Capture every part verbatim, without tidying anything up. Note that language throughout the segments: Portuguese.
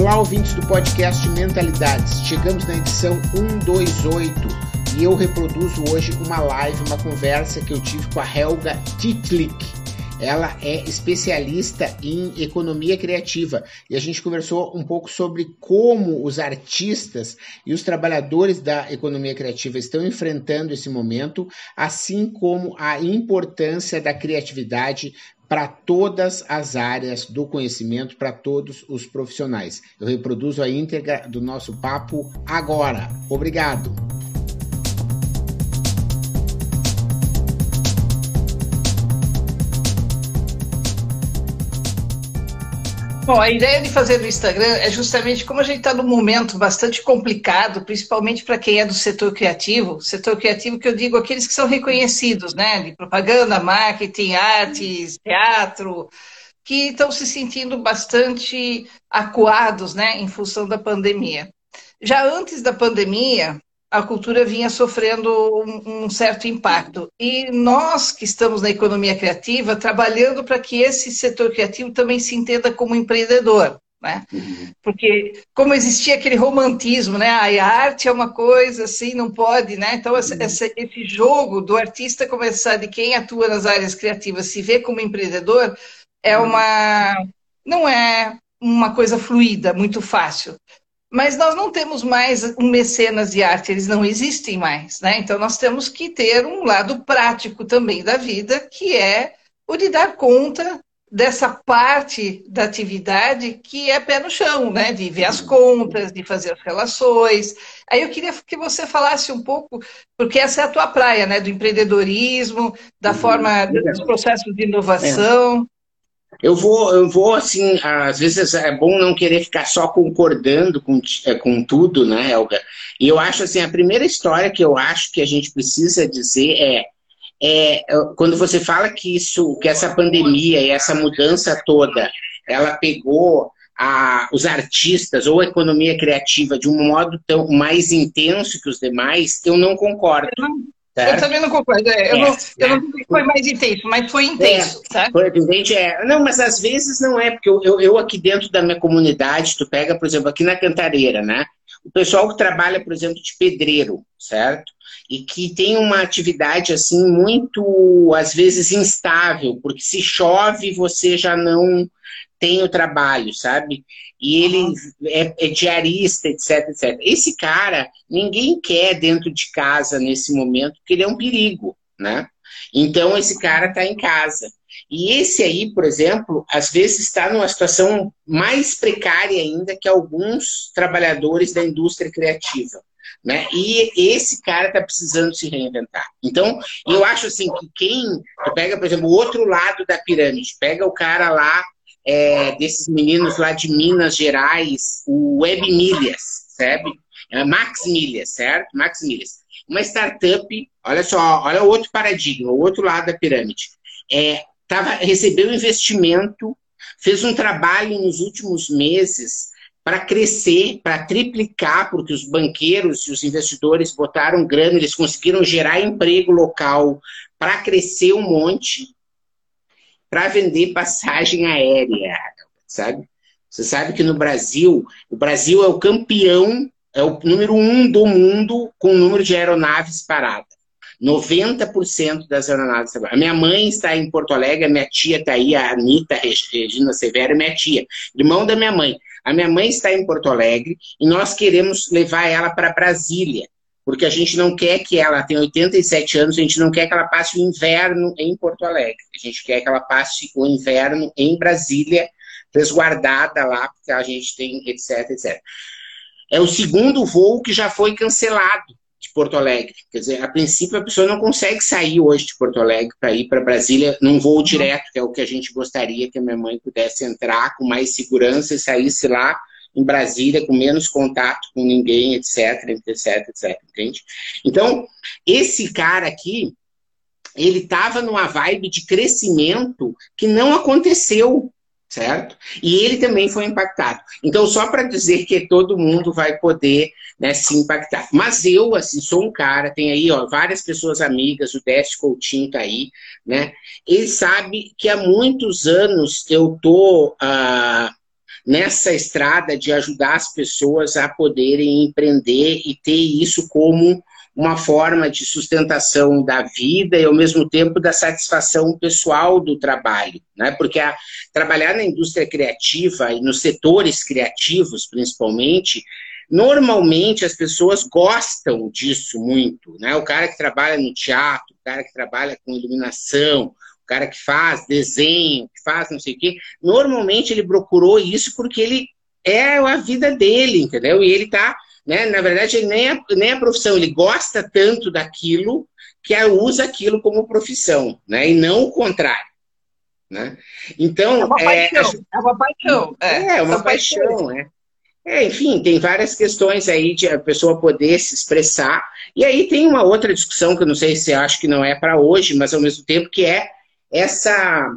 Olá, ouvintes do podcast Mentalidades. Chegamos na edição cento e vinte e oito e eu reproduzo hoje uma live, uma conversa que eu tive com a Helga Titlik. Ela é especialista em economia criativa e a gente conversou um pouco sobre como os artistas e os trabalhadores da economia criativa estão enfrentando esse momento, assim como a importância da criatividade para todas as áreas do conhecimento, para todos os profissionais. Eu reproduzo a íntegra do nosso papo agora. Obrigado. Bom, a ideia de fazer no Instagram é justamente como a gente está num momento bastante complicado, principalmente para quem é do setor criativo, setor criativo que eu digo aqueles que são reconhecidos, né, de propaganda, marketing, artes, teatro, que estão se sentindo bastante acuados, né, em função da pandemia. Já antes da pandemia, a cultura vinha sofrendo um, um certo impacto. E nós que estamos na economia criativa, trabalhando para que esse setor criativo também se entenda como empreendedor, né? Uhum. Porque como existia aquele romantismo, né? A arte é uma coisa assim, não pode, né? Então essa, uhum. essa, esse jogo do artista começar, de quem atua nas áreas criativas, se ver como empreendedor, é uma, não é uma coisa fluida, muito fácil. Mas nós não temos mais um mecenas de arte, eles não existem mais, né? Então nós temos que ter um lado prático também da vida, que é o de dar conta dessa parte da atividade que é pé no chão, né? De ver as contas, de fazer as relações. Aí eu queria que você falasse um pouco, porque essa é a tua praia, né? Do empreendedorismo, da forma, dos processos de inovação. É. Eu vou, eu vou, assim, às vezes é bom não querer ficar só concordando com, com tudo, né, Helga? E eu acho, assim, a primeira história que eu acho que a gente precisa dizer é, é quando você fala que isso, que essa pandemia e essa mudança toda, ela pegou a, os artistas ou a economia criativa de um modo tão mais intenso que os demais, eu não concordo. Certo? Eu também não concordo. É, eu, é, não, eu não digo que foi mais intenso, mas foi intenso, é, tá? Foi evidente, é. Não, mas às vezes não é, porque eu, eu, eu aqui dentro da minha comunidade, tu pega, por exemplo, aqui na Cantareira, né? O pessoal que trabalha, por exemplo, de pedreiro, certo? E que tem uma atividade, assim, muito, às vezes, instável, porque se chove, você já não tem o trabalho, sabe? E ele uhum. é, é diarista, etc, etcétera. Esse cara, ninguém quer dentro de casa nesse momento, porque ele é um perigo, né? Então, esse cara está em casa. E esse aí, por exemplo, às vezes está numa situação mais precária ainda que alguns trabalhadores da indústria criativa, né? E esse cara está precisando se reinventar. Então, eu acho assim que quem... Tu pega, por exemplo, o outro lado da pirâmide, pega o cara lá, É, desses meninos lá de Minas Gerais, o Web Milhas, sabe? É Max Milhas, certo? Max Milhas. Uma startup, olha só, olha o outro paradigma, o outro lado da pirâmide. É, tava, recebeu investimento, fez um trabalho nos últimos meses para crescer, para triplicar, porque os banqueiros e os investidores botaram grana, eles conseguiram gerar emprego local para crescer um monte, para vender passagem aérea, sabe? Você sabe que no Brasil, o Brasil é o campeão, é o número um do mundo com o número de aeronaves paradas. noventa por cento das aeronaves paradas. A minha mãe está em Porto Alegre, a minha tia está aí, a Anitta Regina Severo, minha tia, irmão da minha mãe. A minha mãe está em Porto Alegre e nós queremos levar ela para Brasília, porque a gente não quer que ela, tem oitenta e sete anos, a gente não quer que ela passe o inverno em Porto Alegre. A gente quer que ela passe o inverno em Brasília, resguardada lá, porque a gente tem, etc, etcétera. É o segundo voo que já foi cancelado de Porto Alegre. Quer dizer, a princípio a pessoa não consegue sair hoje de Porto Alegre para ir para Brasília num voo direto, que é o que a gente gostaria que a minha mãe pudesse entrar com mais segurança e saísse lá em Brasília, com menos contato com ninguém, etc, etc, etc, entende? Então, esse cara aqui, ele estava numa vibe de crescimento que não aconteceu, certo? E ele também foi impactado. Então, só para dizer que todo mundo vai poder, né, se impactar. Mas eu, assim, sou um cara, tem aí, ó, várias pessoas amigas, o Décio Coutinho tá aí, né? Ele sabe que há muitos anos eu tô... Uh, nessa estrada de ajudar as pessoas a poderem empreender e ter isso como uma forma de sustentação da vida e, ao mesmo tempo, da satisfação pessoal do trabalho, né? Porque a, trabalhar na indústria criativa e nos setores criativos, principalmente, normalmente as pessoas gostam disso muito, né? O cara que trabalha no teatro, o cara que trabalha com iluminação, o cara que faz desenho, que faz não sei o quê, normalmente ele procurou isso porque ele é a vida dele, entendeu? E ele está... Né? Na verdade, ele nem é, nem é profissão, ele gosta tanto daquilo que usa aquilo como profissão, né? E não o contrário. Né? Então, é uma é, paixão. É uma paixão. É, é uma paixão. É. É, enfim, tem várias questões aí de a pessoa poder se expressar. E aí tem uma outra discussão que eu não sei se eu acho que não é para hoje, mas ao mesmo tempo que é essa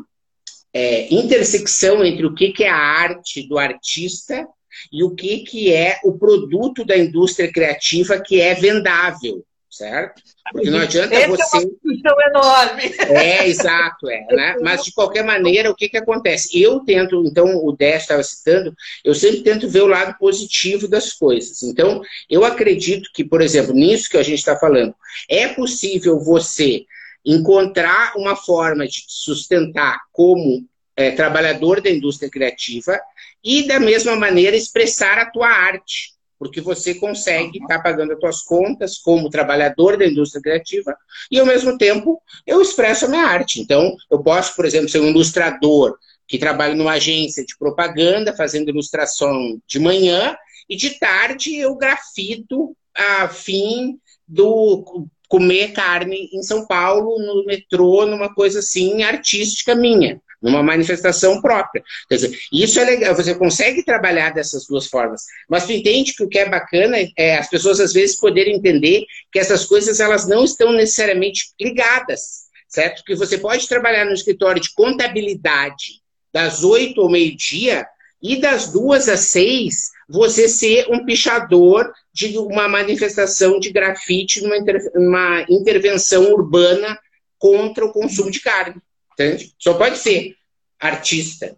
é, intersecção entre o que, que é a arte do artista e o que, que é o produto da indústria criativa que é vendável, certo? Porque não adianta Essa você... é uma discussão enorme. É, exato, é, né? Mas, de qualquer maneira, o que, que acontece? Eu tento, então, o Décio estava citando, eu sempre tento ver o lado positivo das coisas. Então, eu acredito que, por exemplo, nisso que a gente está falando, é possível você encontrar uma forma de sustentar como é, trabalhador da indústria criativa e, da mesma maneira, expressar a tua arte, porque você consegue estar tá pagando as tuas contas como trabalhador da indústria criativa e, ao mesmo tempo, eu expresso a minha arte. Então, eu posso, por exemplo, ser um ilustrador que trabalha numa agência de propaganda, fazendo ilustração de manhã, e de tarde eu grafito a fim do comer carne em São Paulo, no metrô, numa coisa assim, artística minha. Numa manifestação própria. Quer dizer, isso é legal, você consegue trabalhar dessas duas formas, mas tu entende que o que é bacana é as pessoas às vezes poderem entender que essas coisas elas não estão necessariamente ligadas, certo? Que você pode trabalhar no escritório de contabilidade das oito ao meio-dia e das duas às seis você ser um pichador de uma manifestação de grafite numa inter... uma intervenção urbana contra o consumo de carne. Entende? Só pode ser artista.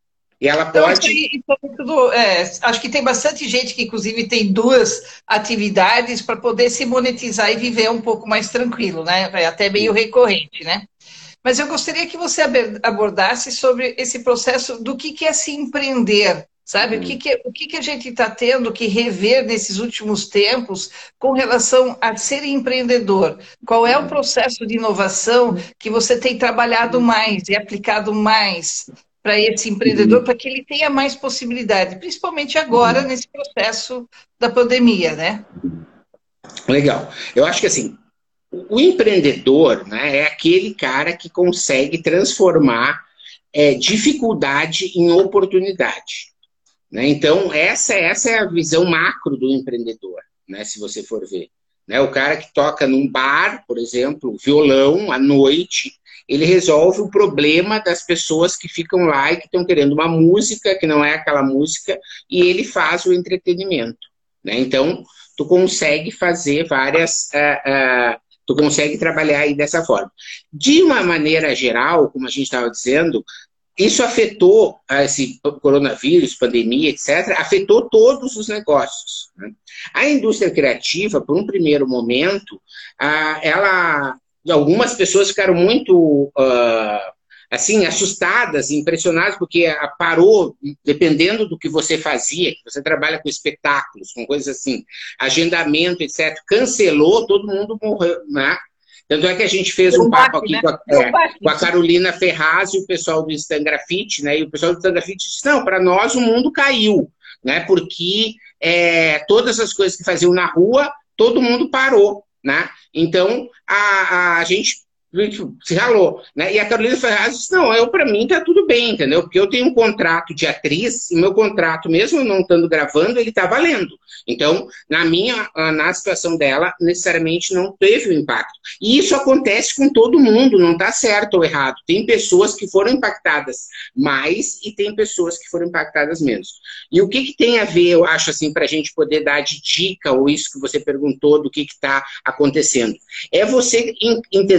E ela pode... Então, isso é tudo, é, acho que tem bastante gente que, inclusive, tem duas atividades para poder se monetizar e viver um pouco mais tranquilo, né? É até meio recorrente, né? Mas eu gostaria que você abordasse sobre esse processo do que, que é se empreender, sabe? Hum. O, que, que, o que, que a gente está tendo que rever nesses últimos tempos com relação a ser empreendedor? Qual é o processo de inovação que você tem trabalhado mais e aplicado mais para esse empreendedor, para que ele tenha mais possibilidade, principalmente agora, nesse processo da pandemia, né? Legal. Eu acho que, assim, o empreendedor, né, é aquele cara que consegue transformar é, dificuldade em oportunidade. Né? Então, essa, essa é a visão macro do empreendedor, né? Se você for ver. Né? O cara que toca num bar, por exemplo, violão, à noite, ele resolve o problema das pessoas que ficam lá e que estão querendo uma música que não é aquela música, e ele faz o entretenimento. Né? Então, tu consegue fazer várias... Uh, uh, tu consegue trabalhar aí dessa forma. De uma maneira geral, como a gente estava dizendo, isso afetou, esse coronavírus, pandemia, etcétera, afetou todos os negócios. Né? A indústria criativa, por um primeiro momento, ela, algumas pessoas ficaram muito uh, assim, assustadas, impressionadas, porque parou, dependendo do que você fazia, que você trabalha com espetáculos, com coisas assim, agendamento, etcétera, cancelou, todo mundo morreu, né? Tanto é que a gente fez um papo aqui com a, é, com a Carolina Ferraz e o pessoal do Instant Grafite, né? E o pessoal do Instant Grafite disse, não, para nós o mundo caiu, né? Porque é, todas as coisas que faziam na rua, todo mundo parou, né? Então, a, a gente se ralou, né? E a Carolina Ferraz disse, não, eu, para mim tá tudo bem, entendeu? Porque eu tenho um contrato de atriz, e meu contrato, mesmo não estando gravando, ele tá valendo. Então, na minha, na situação dela, necessariamente não teve o impacto. E isso acontece com todo mundo, não tá certo ou errado. Tem pessoas que foram impactadas mais e tem pessoas que foram impactadas menos. E o que que tem a ver, eu acho, assim, pra gente poder dar de dica, ou isso que você perguntou, do que que tá acontecendo? É você entender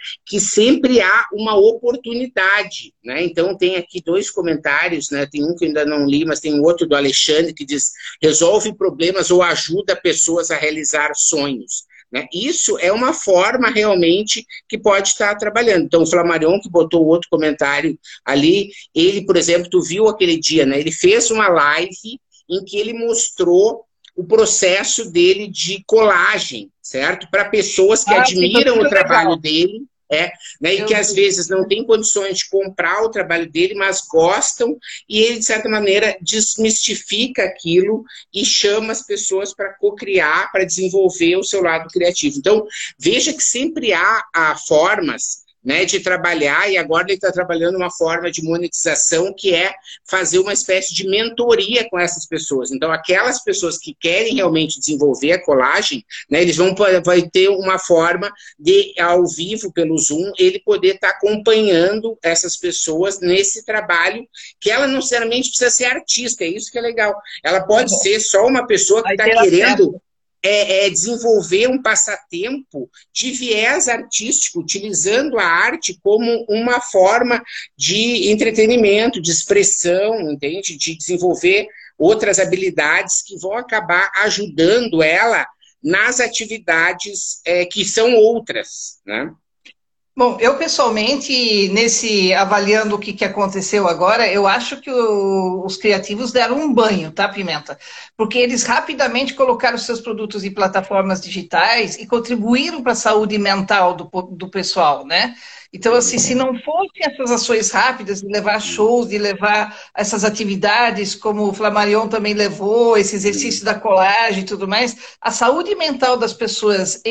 que sempre há uma oportunidade, né? Então tem aqui dois comentários, né? Tem um que eu ainda não li, mas tem um outro do Alexandre que diz: resolve problemas ou ajuda pessoas a realizar sonhos. Né? Isso é uma forma realmente que pode estar trabalhando. Então, o Flamarion, que botou outro comentário ali, ele, por exemplo, tu viu aquele dia, né? Ele fez uma live em que ele mostrou o processo dele de colagem, certo? Para pessoas que Ah, sim, foi admiram o muito trabalho legal. dele, é, né? E Eu que às vi. vezes não têm condições de comprar o trabalho dele, mas gostam, e ele, de certa maneira, desmistifica aquilo e chama as pessoas para co-criar, para desenvolver o seu lado criativo. Então, veja que sempre há, há formas, né, de trabalhar, e agora ele está trabalhando uma forma de monetização que é fazer uma espécie de mentoria com essas pessoas. Então, aquelas pessoas que querem realmente desenvolver a colagem, né, eles vão vai ter uma forma de, ao vivo, pelo Zoom, ele poder estar tá acompanhando essas pessoas nesse trabalho, que ela não necessariamente precisa ser artista, é isso que é legal. Ela pode ser só uma pessoa que Vai está ter querendo... acesso. É, é desenvolver um passatempo de viés artístico, utilizando a arte como uma forma de entretenimento, de expressão, entende? De desenvolver outras habilidades que vão acabar ajudando ela nas atividades é, que são outras, né? Bom, eu pessoalmente, nesse avaliando o que, que aconteceu agora, eu acho que o, os criativos deram um banho, tá, Pimenta? Porque eles rapidamente colocaram seus produtos em plataformas digitais e contribuíram para a saúde mental do, do pessoal, né? Então, assim, se não fossem essas ações rápidas de levar shows, de levar essas atividades, como o Flamarion também levou, esse exercício da colagem e tudo mais, a saúde mental das pessoas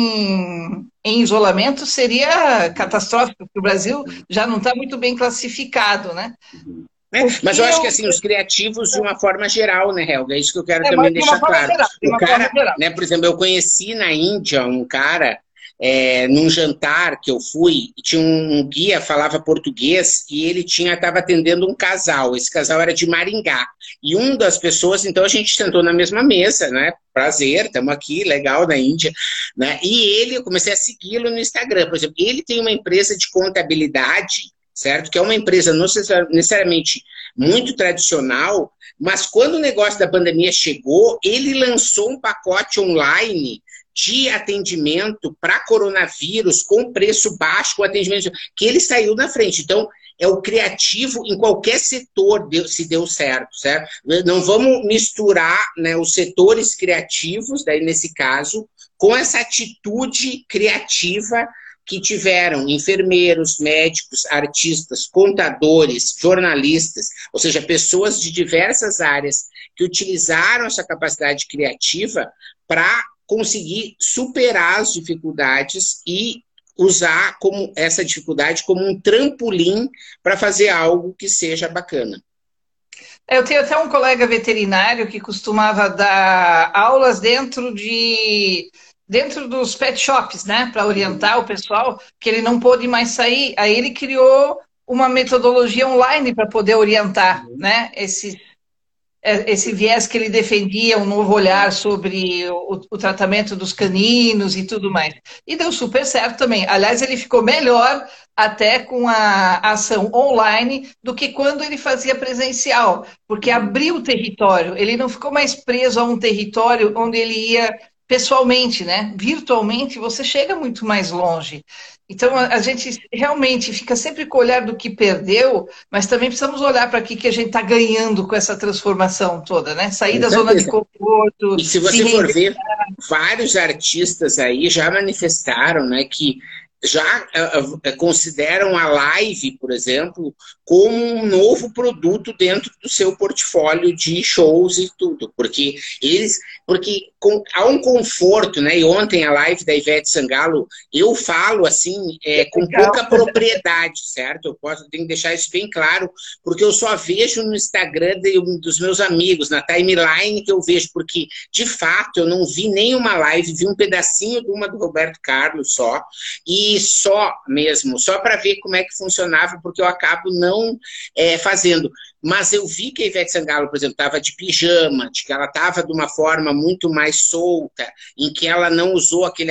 em, em isolamento seria catastrófico, porque o Brasil já não está muito bem classificado, né? É, mas eu acho que assim, os criativos de uma forma geral, né, Helga? É isso que eu quero É, também de uma deixar forma claro. geral, de O uma forma cara, geral. né, por exemplo, eu conheci na Índia um cara, é, num jantar que eu fui, tinha um guia, falava português, e ele tinha estava atendendo um casal. Esse casal era de Maringá. E uma das pessoas, então a gente sentou na mesma mesa, né? Prazer, estamos aqui, legal, na Índia. Né? E ele, eu comecei a segui-lo no Instagram, por exemplo. Ele tem uma empresa de contabilidade, certo? Que é uma empresa não necessariamente muito tradicional, mas quando o negócio da pandemia chegou, ele lançou um pacote online de atendimento para coronavírus com preço baixo, com atendimento que ele saiu na frente. Então, é o criativo em qualquer setor deu, se deu certo, certo? Não vamos misturar, né, os setores criativos, daí nesse caso, com essa atitude criativa que tiveram enfermeiros, médicos, artistas, contadores, jornalistas, ou seja, pessoas de diversas áreas que utilizaram essa capacidade criativa para conseguir superar as dificuldades e usar como essa dificuldade como um trampolim para fazer algo que seja bacana. Eu tenho até um colega veterinário que costumava dar aulas dentro de dentro dos pet shops, né, para orientar o pessoal, que ele não pôde mais sair. Aí ele criou uma metodologia online para poder orientar, né, esses esse viés que ele defendia, um novo olhar sobre o, o tratamento dos caninos e tudo mais. E deu super certo também. Aliás, ele ficou melhor até com a ação online do que quando ele fazia presencial, porque abriu o território. Ele não ficou mais preso a um território onde ele ia pessoalmente, né? Virtualmente, você chega muito mais longe. Então, a gente realmente fica sempre com o olhar do que perdeu, mas também precisamos olhar para o que a gente está ganhando com essa transformação toda, né? Sair da zona de conforto. E se você se for ver, vários artistas aí já manifestaram, né, que já uh, consideram a live, por exemplo, como um novo produto dentro do seu portfólio de shows e tudo, porque eles, porque com, há um conforto, né? E ontem a live da Ivete Sangalo, eu falo assim, é, com pouca propriedade, certo? Eu posso, tenho que deixar isso bem claro, porque eu só vejo no Instagram de, dos meus amigos, na timeline que eu vejo, porque de fato eu não vi nenhuma live, vi um pedacinho de uma do Roberto Carlos só, e só mesmo, só para ver como é que funcionava, porque eu acabo não é, fazendo. Mas eu vi que a Ivete Sangalo, por exemplo, estava de pijama, de que ela estava de uma forma muito mais solta, em que ela não usou aquele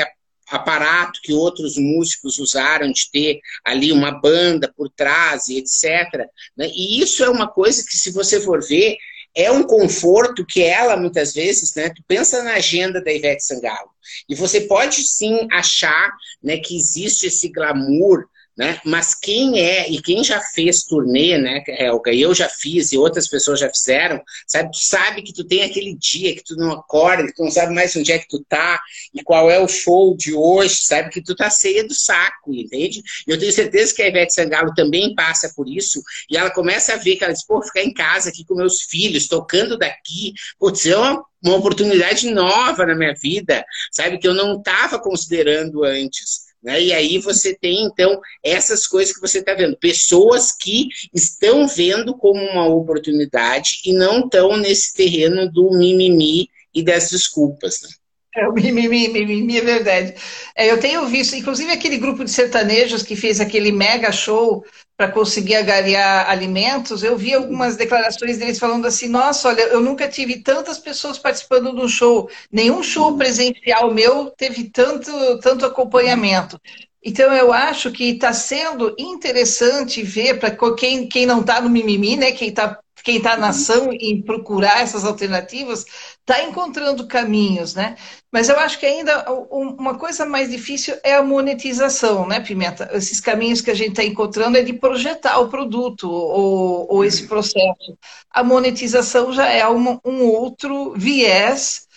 aparato que outros músicos usaram de ter ali uma banda por trás e etcétera, né? E isso é uma coisa que, se você for ver, é um conforto que ela, muitas vezes, né? Tu pensa na agenda da Ivete Sangalo, e você pode sim achar, né, que existe esse glamour, né? Mas quem é, e quem já fez turnê, né, Helga, eu já fiz e outras pessoas já fizeram, sabe, tu sabe que tu tem aquele dia que tu não acorda, que tu não sabe mais onde é que tu tá e qual é o show de hoje, sabe, que tu tá cheia do saco, entende? E eu tenho certeza que a Ivete Sangalo também passa por isso, e ela começa a ver que ela diz, pô, ficar em casa aqui com meus filhos, tocando daqui, putz, é uma, uma oportunidade nova na minha vida, sabe, que eu não estava considerando antes. Né? E aí você tem, então, essas coisas que você está vendo. Pessoas que estão vendo como uma oportunidade e não estão nesse terreno do mimimi e das desculpas. Né? É, o mimimi, mimimi é verdade. É, eu tenho visto, inclusive, aquele grupo de sertanejos que fez aquele mega show para conseguir agariar alimentos. Eu vi algumas declarações deles falando assim, nossa, olha, eu nunca tive tantas pessoas participando de um show, nenhum show presencial meu teve tanto, tanto acompanhamento. Então, eu acho que está sendo interessante ver para quem, quem não está no mimimi, né, quem está quem está na ação em procurar essas alternativas, está encontrando caminhos, né? Mas eu acho que ainda uma coisa mais difícil é a monetização, né, Pimenta? Esses caminhos que a gente está encontrando é de projetar o produto ou, ou esse processo. A monetização já é uma, um outro viés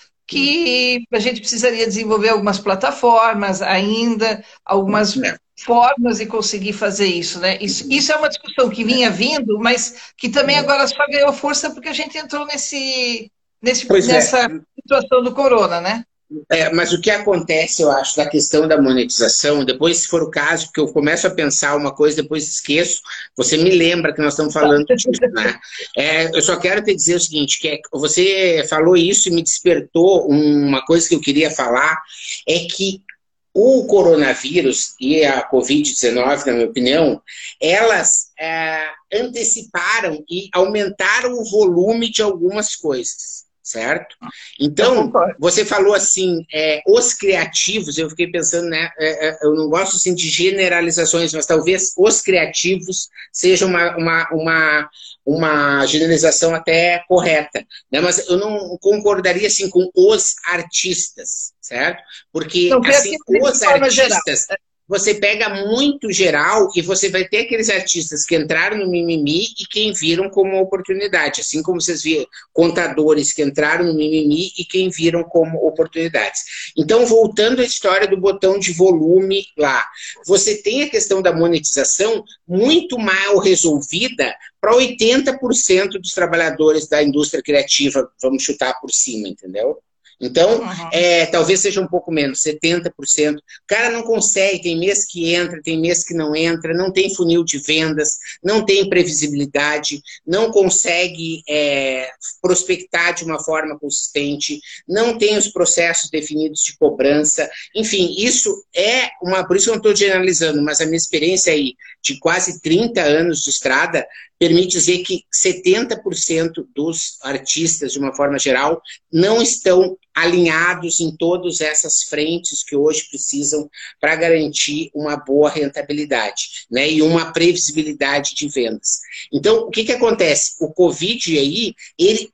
que a gente precisaria desenvolver algumas plataformas ainda, algumas formas de conseguir fazer isso, né? Isso, isso é uma discussão que vinha vindo, mas que também agora só ganhou força porque a gente entrou nesse, nesse, nessa é. situação do corona, né? É, mas o que acontece, eu acho, da questão da monetização, depois, se for o caso, porque eu começo a pensar uma coisa, depois esqueço, você me lembra que nós estamos falando disso, né? É, eu só quero te dizer o seguinte, que é, você falou isso e me despertou uma coisa que eu queria falar, é que o coronavírus e a covid dezenove, na minha opinião, elas é, anteciparam e aumentaram o volume de algumas coisas, certo? Então, você falou assim, é, os criativos, eu fiquei pensando, né, é, é, eu não gosto assim, de generalizações, mas talvez os criativos sejam uma, uma, uma, uma generalização até correta, né? Mas eu não concordaria assim, com os artistas, certo? Porque não, assim, os artistas... Geral. Você pega muito geral e você vai ter aqueles artistas que entraram no mimimi e quem viram como oportunidade, assim como vocês viram contadores que entraram no mimimi e quem viram como oportunidades. Então, voltando à história do botão de volume lá, você tem a questão da monetização muito mal resolvida para oitenta por cento dos trabalhadores da indústria criativa, vamos chutar por cima, entendeu? Então, uhum. é, talvez seja um pouco menos, setenta por cento. O cara não consegue, tem mês que entra, tem mês que não entra, não tem funil de vendas, não tem previsibilidade, não consegue é, prospectar de uma forma consistente, não tem os processos definidos de cobrança. Enfim, isso é uma... Por isso que eu não estou generalizando, mas a minha experiência aí de quase trinta anos de estrada permite dizer que setenta por cento dos artistas, de uma forma geral, não estão alinhados em todas essas frentes que hoje precisam para garantir uma boa rentabilidade, né, e uma previsibilidade de vendas. Então, o que que acontece? O Covid aí, ele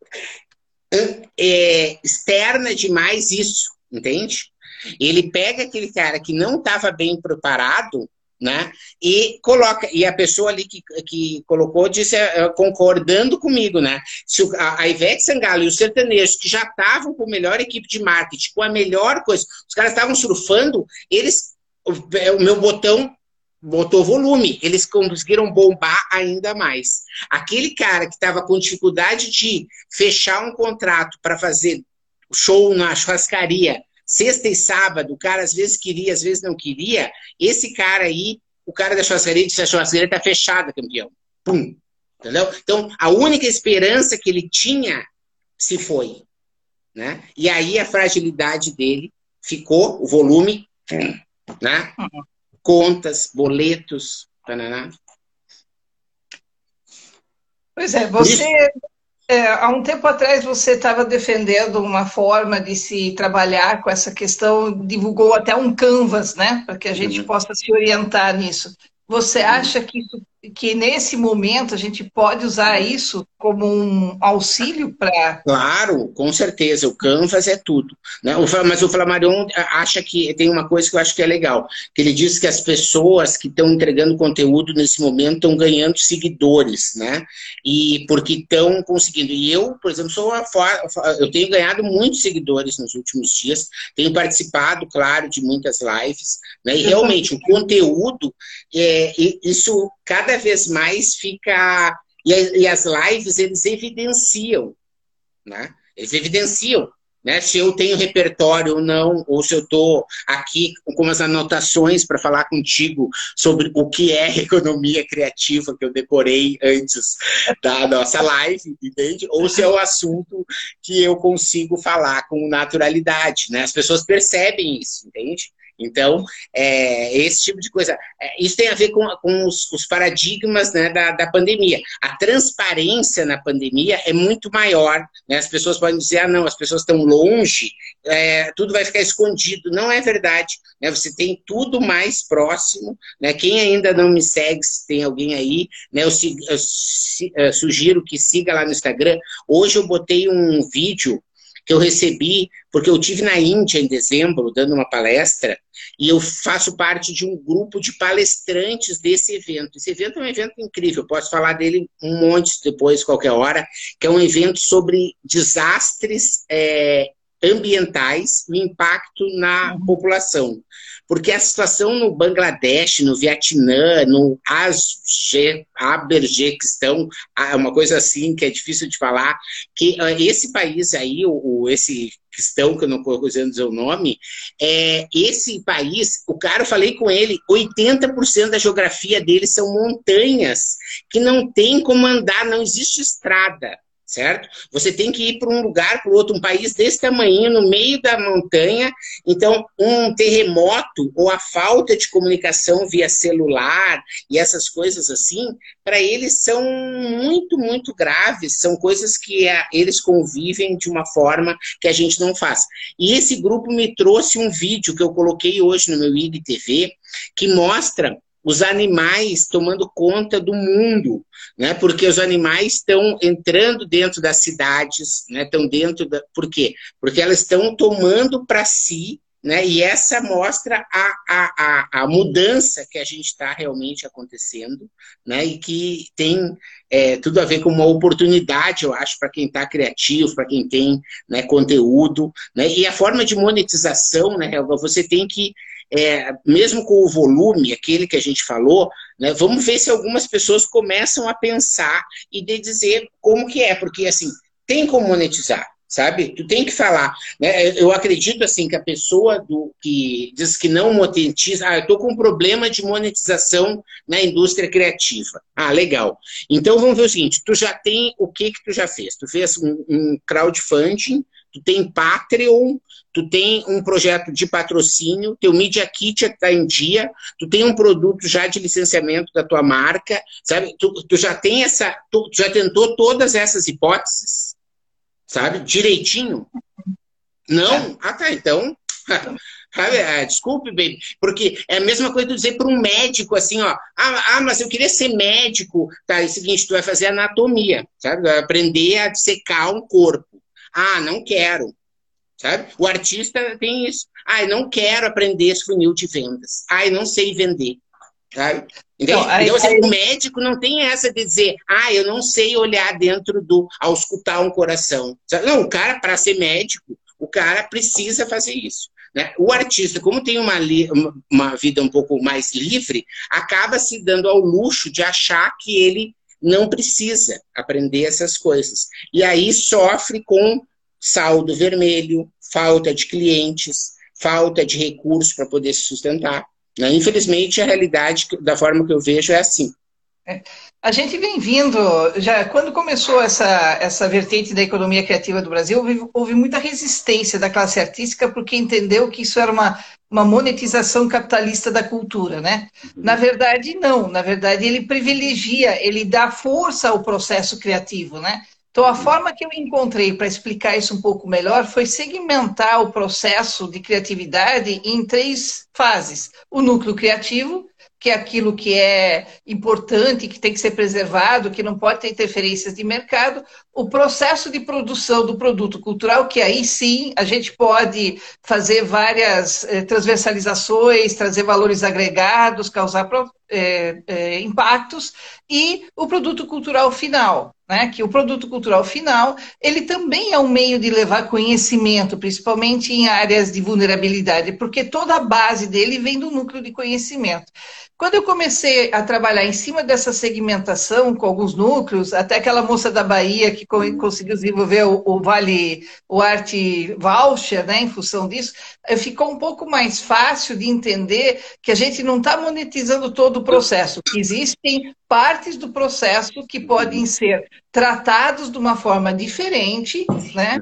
é, externa demais isso, entende? Ele pega aquele cara que não estava bem preparado, né? E coloca, e a pessoa ali que, que colocou disse, uh, concordando comigo, né? Se o, a, a Ivete Sangalo e os sertanejos que já estavam com a melhor equipe de marketing, com a melhor coisa, os caras estavam surfando, eles, o, o meu botão botou volume, eles conseguiram bombar ainda mais. Aquele cara que estava com dificuldade de fechar um contrato para fazer show na churrascaria, sexta e sábado, o cara às vezes queria, às vezes não queria, esse cara aí, o cara da churrascaria disse, a churrascaria tá fechada, campeão. Pum. Entendeu? Então, a única esperança que ele tinha se foi. Né? E aí a fragilidade dele ficou, o volume, né? Contas, boletos, tananá. Pois é, você... É, há um tempo atrás você estava defendendo uma forma de se trabalhar com essa questão, divulgou até um Canvas, né, para que a gente Uhum. possa se orientar nisso. Você Uhum. acha que, isso, que nesse momento a gente pode usar isso como um auxílio para... Claro, com certeza, o Canvas é tudo, né? O Fa- Mas o Flammarion acha que tem uma coisa que eu acho que é legal, que ele diz que as pessoas que estão entregando conteúdo nesse momento estão ganhando seguidores, né? E porque estão conseguindo. E eu, por exemplo, sou a, eu tenho ganhado muitos seguidores nos últimos dias, tenho participado, claro, de muitas lives, né? E Eu também. realmente o conteúdo, é, isso cada vez mais fica. E as lives, eles evidenciam, né? Eles evidenciam, né? Se eu tenho repertório ou não, ou se eu estou aqui com as anotações para falar contigo sobre o que é economia criativa, que eu decorei antes da nossa live, entende? Ou se é o assunto que eu consigo falar com naturalidade, né? As pessoas percebem isso, entende? Então, é, esse tipo de coisa. É, isso tem a ver com, com os, os paradigmas, né, da, da pandemia. A transparência na pandemia é muito maior, né? As pessoas podem dizer, ah, não, as pessoas estão longe, é, tudo vai ficar escondido. Não é verdade, né? Você tem tudo mais próximo, né? Quem ainda não me segue, se tem alguém aí, né, eu, eu, eu sugiro que siga lá no Instagram. Hoje eu botei um vídeo que eu recebi, porque eu tive na Índia em dezembro, dando uma palestra, e eu faço parte de um grupo de palestrantes desse evento. Esse evento é um evento incrível, eu posso falar dele um monte depois, qualquer hora, que é um evento sobre desastres é, ambientais e o impacto na população. Porque a situação no Bangladesh, no Vietnã, no Azerbaijão, uma coisa assim que é difícil de falar, que esse país aí, o, esse cristão, que eu não consigo dizer o nome, é, esse país, o cara, eu falei com ele, oitenta por cento da geografia dele são montanhas, que não tem como andar, não existe estrada. Certo? Você tem que ir para um lugar, para o outro, um país desse tamanho, no meio da montanha. Então, um terremoto ou a falta de comunicação via celular e essas coisas assim, para eles são muito, muito graves. São coisas que a, eles convivem de uma forma que a gente não faz. E esse grupo me trouxe um vídeo que eu coloquei hoje no meu I G T V, que mostra os animais tomando conta do mundo, né? Porque os animais estão entrando dentro das cidades, né? Estão dentro da... Por quê? Porque elas estão tomando para si, né? E essa mostra a, a, a, a mudança que a gente está realmente acontecendo, né? E que tem é, tudo a ver com uma oportunidade, eu acho, para quem está criativo, para quem tem, né, conteúdo, né? E a forma de monetização, né, Helga, você tem que É, mesmo com o volume, aquele que a gente falou, né, vamos ver se algumas pessoas começam a pensar e de dizer como que é, porque assim, tem como monetizar, sabe? Tu tem que falar, né? Eu acredito assim que a pessoa do, que diz que não monetiza, ah, eu estou com um problema de monetização na indústria criativa. Ah, legal. Então vamos ver o seguinte, tu já tem o que que tu já fez? Tu fez um, um crowdfunding, tu tem Patreon, tu tem um projeto de patrocínio, teu Media Kit está em dia, tu tem um produto já de licenciamento da tua marca, sabe? Tu, tu já tem essa, tu já tentou todas essas hipóteses, sabe? Direitinho? Não? Ah, tá, então... Ah, desculpe, baby, porque é a mesma coisa de dizer para um médico assim, ó, ah, ah, mas eu queria ser médico, tá, é o seguinte, tu vai fazer anatomia, sabe? Vai aprender a dissecar um corpo. Ah, não quero. Sabe? O artista tem isso. Ah, eu não quero aprender esse funil de vendas. Ah, eu não sei vender. Sabe? Então, aí, então assim, aí... o médico não tem essa de dizer, ah, eu não sei olhar dentro do... auscultar um coração. Sabe? Não, o cara, para ser médico, o cara precisa fazer isso. Né? O artista, como tem uma, li... uma vida um pouco mais livre, acaba se dando ao luxo de achar que ele não precisa aprender essas coisas. E aí sofre com saldo vermelho, falta de clientes, falta de recursos para poder se sustentar. Né? Infelizmente, a realidade, da forma que eu vejo, é assim. É. A gente vem vindo, já quando começou essa, essa vertente da economia criativa do Brasil, houve, houve muita resistência da classe artística porque entendeu que isso era uma, uma monetização capitalista da cultura, né? Na verdade, não. Na verdade, ele privilegia, ele dá força ao processo criativo, né? Então, a forma que eu encontrei para explicar isso um pouco melhor foi segmentar o processo de criatividade em três fases. O núcleo criativo, que é aquilo que é importante, que tem que ser preservado, que não pode ter interferências de mercado. O processo de produção do produto cultural, que aí sim a gente pode fazer várias eh, transversalizações, trazer valores agregados, causar eh, eh, impactos, e o produto cultural final, né? Que o produto cultural final, ele também é um meio de levar conhecimento, principalmente em áreas de vulnerabilidade, porque toda a base dele vem do núcleo de conhecimento. Quando eu comecei a trabalhar em cima dessa segmentação com alguns núcleos, até aquela moça da Bahia que conseguiu desenvolver o, o Vale, o Arte Voucher, né, em função disso, ficou um pouco mais fácil de entender que a gente não está monetizando todo o processo, que existem partes do processo que podem ser tratados de uma forma diferente, né,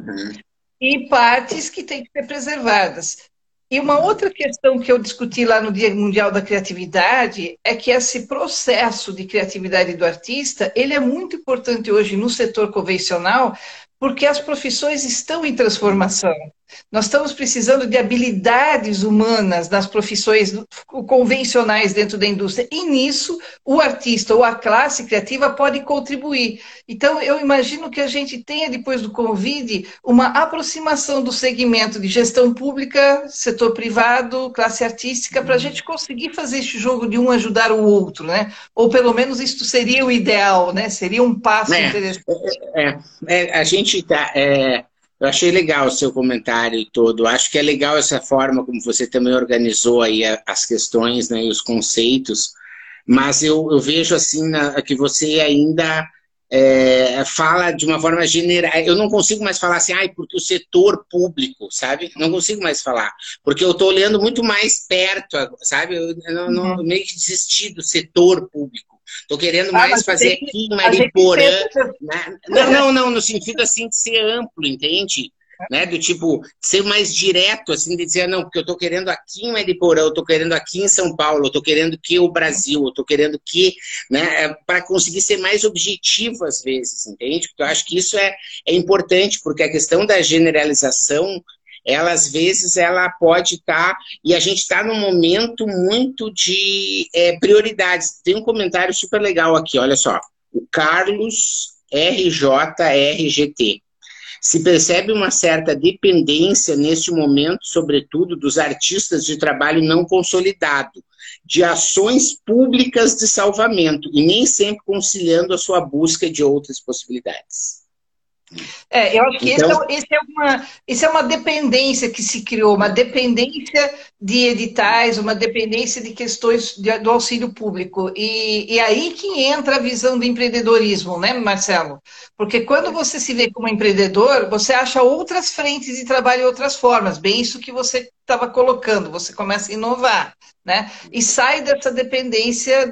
e partes que têm que ser preservadas. E uma outra questão que eu discuti lá no Dia Mundial da Criatividade é que esse processo de criatividade do artista, ele é muito importante hoje no setor convencional, porque as profissões estão em transformação. Nós estamos precisando de habilidades humanas nas profissões convencionais dentro da indústria, e nisso o artista ou a classe criativa pode contribuir. Então, eu imagino que a gente tenha, depois do Covid, uma aproximação do segmento de gestão pública, setor privado, classe artística, para a gente conseguir fazer esse jogo de um ajudar o outro, né? Ou pelo menos isso seria o ideal, né? Seria um passo é, interessante. É, é, a gente tá... É... Eu achei legal o seu comentário e todo. Acho que é legal essa forma como você também organizou aí as questões, né, e os conceitos. Mas eu, eu vejo assim na, que você ainda é, fala de uma forma geral. Eu não consigo mais falar assim, ah, porque o setor público, sabe? Não consigo mais falar. Porque eu estou olhando muito mais perto, sabe? Eu, eu, não, eu meio que desisti do setor público. Estou querendo mais ah, fazer tem, aqui em Mariporã. Né? Não, não, não, no sentido assim de ser amplo, entende? Né? Do tipo, ser mais direto, assim, de dizer, não, porque eu estou querendo aqui em Mariporã, eu estou querendo aqui em São Paulo, eu estou querendo que o Brasil, eu estou querendo que, né, para conseguir ser mais objetivo às vezes, entende? Porque eu acho que isso é, é importante, porque a questão da generalização, ela às vezes ela pode estar, tá, e a gente está num momento muito de é, prioridades. Tem um comentário super legal aqui, olha só. O Carlos R J R G T. Se percebe uma certa dependência neste momento, sobretudo, dos artistas de trabalho não consolidado, de ações públicas de salvamento, e nem sempre conciliando a sua busca de outras possibilidades. É, eu acho que então, esse, é, esse, é uma, esse é uma dependência que se criou, uma dependência de editais, uma dependência de questões de, do auxílio público. E, e aí que entra a visão do empreendedorismo, né, Marcelo? Porque quando você se vê como empreendedor, você acha outras frentes de trabalho e outras formas, bem isso que você estava colocando, você começa a inovar, né? E sai dessa dependência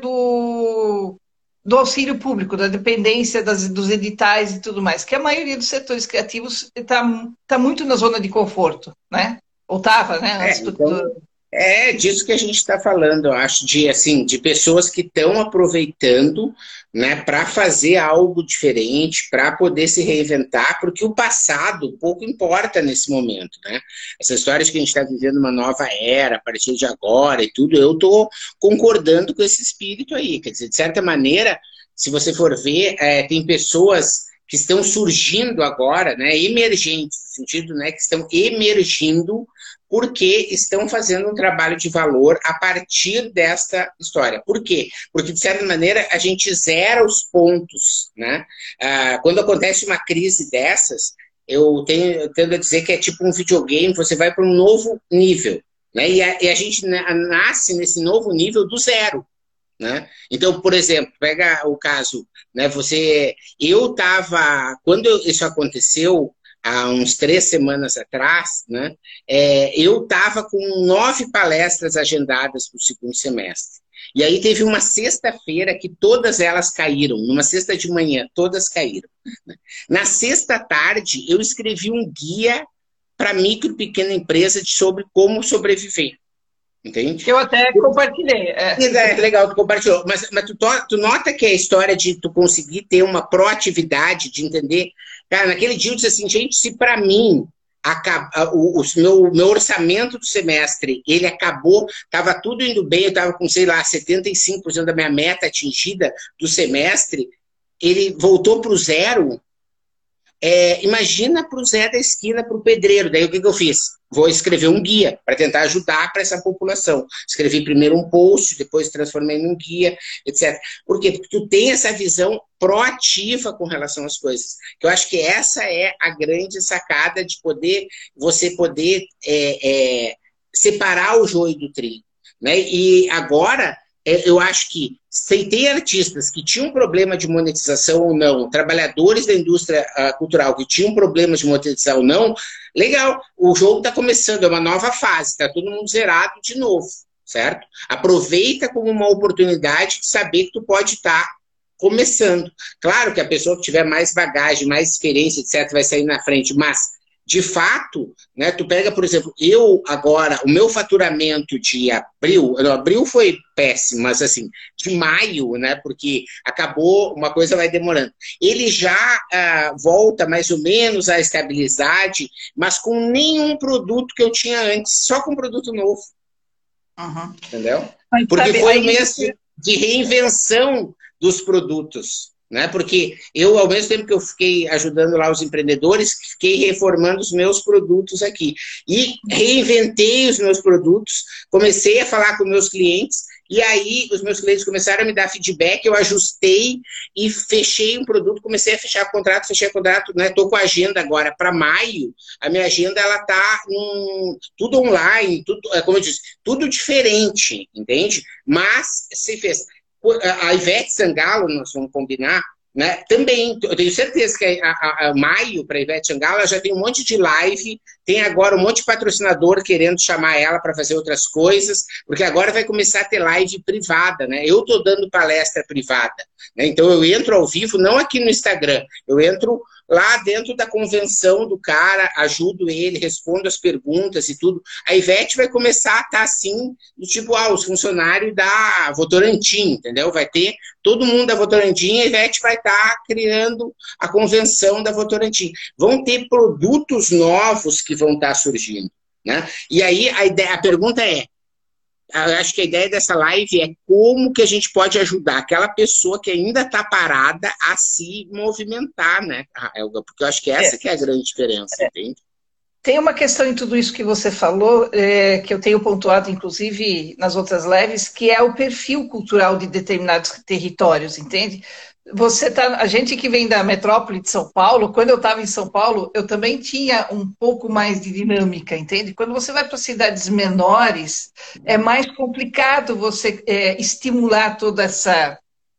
do... do auxílio público, da dependência das, dos editais e tudo mais, que a maioria dos setores criativos está tá muito na zona de conforto, né? Ou estava, né? Antes é, do... então, é disso que a gente está falando, eu acho, de, assim, de pessoas que estão aproveitando, né, para fazer algo diferente, para poder se reinventar, porque o passado pouco importa nesse momento, né? Essa história de que a gente está vivendo uma nova era, a partir de agora e tudo, eu estou concordando com esse espírito aí. Quer dizer, de certa maneira, se você for ver, é, tem pessoas que estão surgindo agora, né, emergentes, no sentido, né, que estão emergindo porque estão fazendo um trabalho de valor a partir desta história. Por quê? Porque, de certa maneira, a gente zera os pontos, né? Ah, quando acontece uma crise dessas, eu, tenho, eu tendo a dizer que é tipo um videogame, você vai para um novo nível, né? E a, e a gente nasce nesse novo nível do zero, né? Então, por exemplo, pega o caso, né? Você, eu estava, quando isso aconteceu, há uns três semanas atrás, né, é, eu estava com nove palestras agendadas para o segundo semestre. E aí teve uma sexta-feira que todas elas caíram, numa sexta de manhã, todas caíram. Né? Na sexta tarde, eu escrevi um guia para micro e pequena empresa de sobre como sobreviver. Entende? Eu até compartilhei. É, é legal, tu compartilhou. Mas, mas tu, tu nota que a história de tu conseguir ter uma proatividade, de entender Cara, naquele dia eu disse assim, gente, se para mim acaba, o, o meu, meu orçamento do semestre, ele acabou, estava tudo indo bem, eu estava com, sei lá, setenta e cinco por cento da minha meta atingida do semestre, ele voltou para o zero. É, imagina para o Zé da esquina, para o pedreiro. Daí o que, que eu fiz? Vou escrever um guia para tentar ajudar para essa população. Escrevi primeiro um post, depois transformei num guia, etcétera. Por quê? Porque tu tem essa visão proativa com relação às coisas. Eu acho que essa é a grande sacada de poder, você poder é, é, separar o joio do trigo. Né? E agora, eu acho que se tem artistas que tinham problema de monetização ou não, trabalhadores da indústria uh, cultural que tinham problemas de monetização ou não, legal, o jogo está começando, é uma nova fase, está todo mundo zerado de novo, certo? Aproveita como uma oportunidade de saber que tu pode estar tá começando. Claro que a pessoa que tiver mais bagagem, mais experiência, etcétera, vai sair na frente, mas de fato, né, tu pega, por exemplo, eu agora, o meu faturamento de abril, não, abril foi péssimo, mas assim, de maio, né, porque acabou, uma coisa vai demorando. Ele já ah, volta mais ou menos à estabilidade, mas com nenhum produto que eu tinha antes, só com produto novo. Uhum. Entendeu? Mas, porque sabe, foi aí um mês você... de reinvenção dos produtos. Né? Porque eu, ao mesmo tempo que eu fiquei ajudando lá os empreendedores, fiquei reformando os meus produtos aqui. E reinventei os meus produtos, comecei a falar com meus clientes, e aí os meus clientes começaram a me dar feedback, eu ajustei e fechei um produto, comecei a fechar contrato, fechei contrato, né? Estou com a agenda agora para maio, a minha agenda ela está um, tudo online, tudo, como eu disse, tudo diferente, entende? Mas se fez. A Ivete Sangalo, nós vamos combinar, né? Também, eu tenho certeza que a, a, a maio, para a Ivete Sangalo, já tem um monte de live, tem agora um monte de patrocinador querendo chamar ela para fazer outras coisas, porque agora vai começar a ter live privada, né? Eu estou dando palestra privada, né? Então eu entro ao vivo, não aqui no Instagram, eu entro lá dentro da convenção do cara, ajudo ele, respondo as perguntas e tudo. A Ivete vai começar a estar assim, do tipo, ah, os funcionários da Votorantim, entendeu? Vai ter todo mundo da Votorantim, a Ivete vai estar criando a convenção da Votorantim. Vão ter produtos novos que vão estar surgindo, né? E aí a, ideia, a pergunta é, eu acho que a ideia dessa live é como que a gente pode ajudar aquela pessoa que ainda está parada a se movimentar, né, Helga? Porque eu acho que essa é. que é a grande diferença, é. entende? Tem uma questão em tudo isso que você falou, é, que eu tenho pontuado, inclusive, nas outras lives, que é o perfil cultural de determinados territórios, entende? Você tá, a gente que vem da metrópole de São Paulo, quando eu estava em São Paulo, eu também tinha um pouco mais de dinâmica, entende? Quando você vai para cidades menores, é mais complicado você é, estimular toda essa,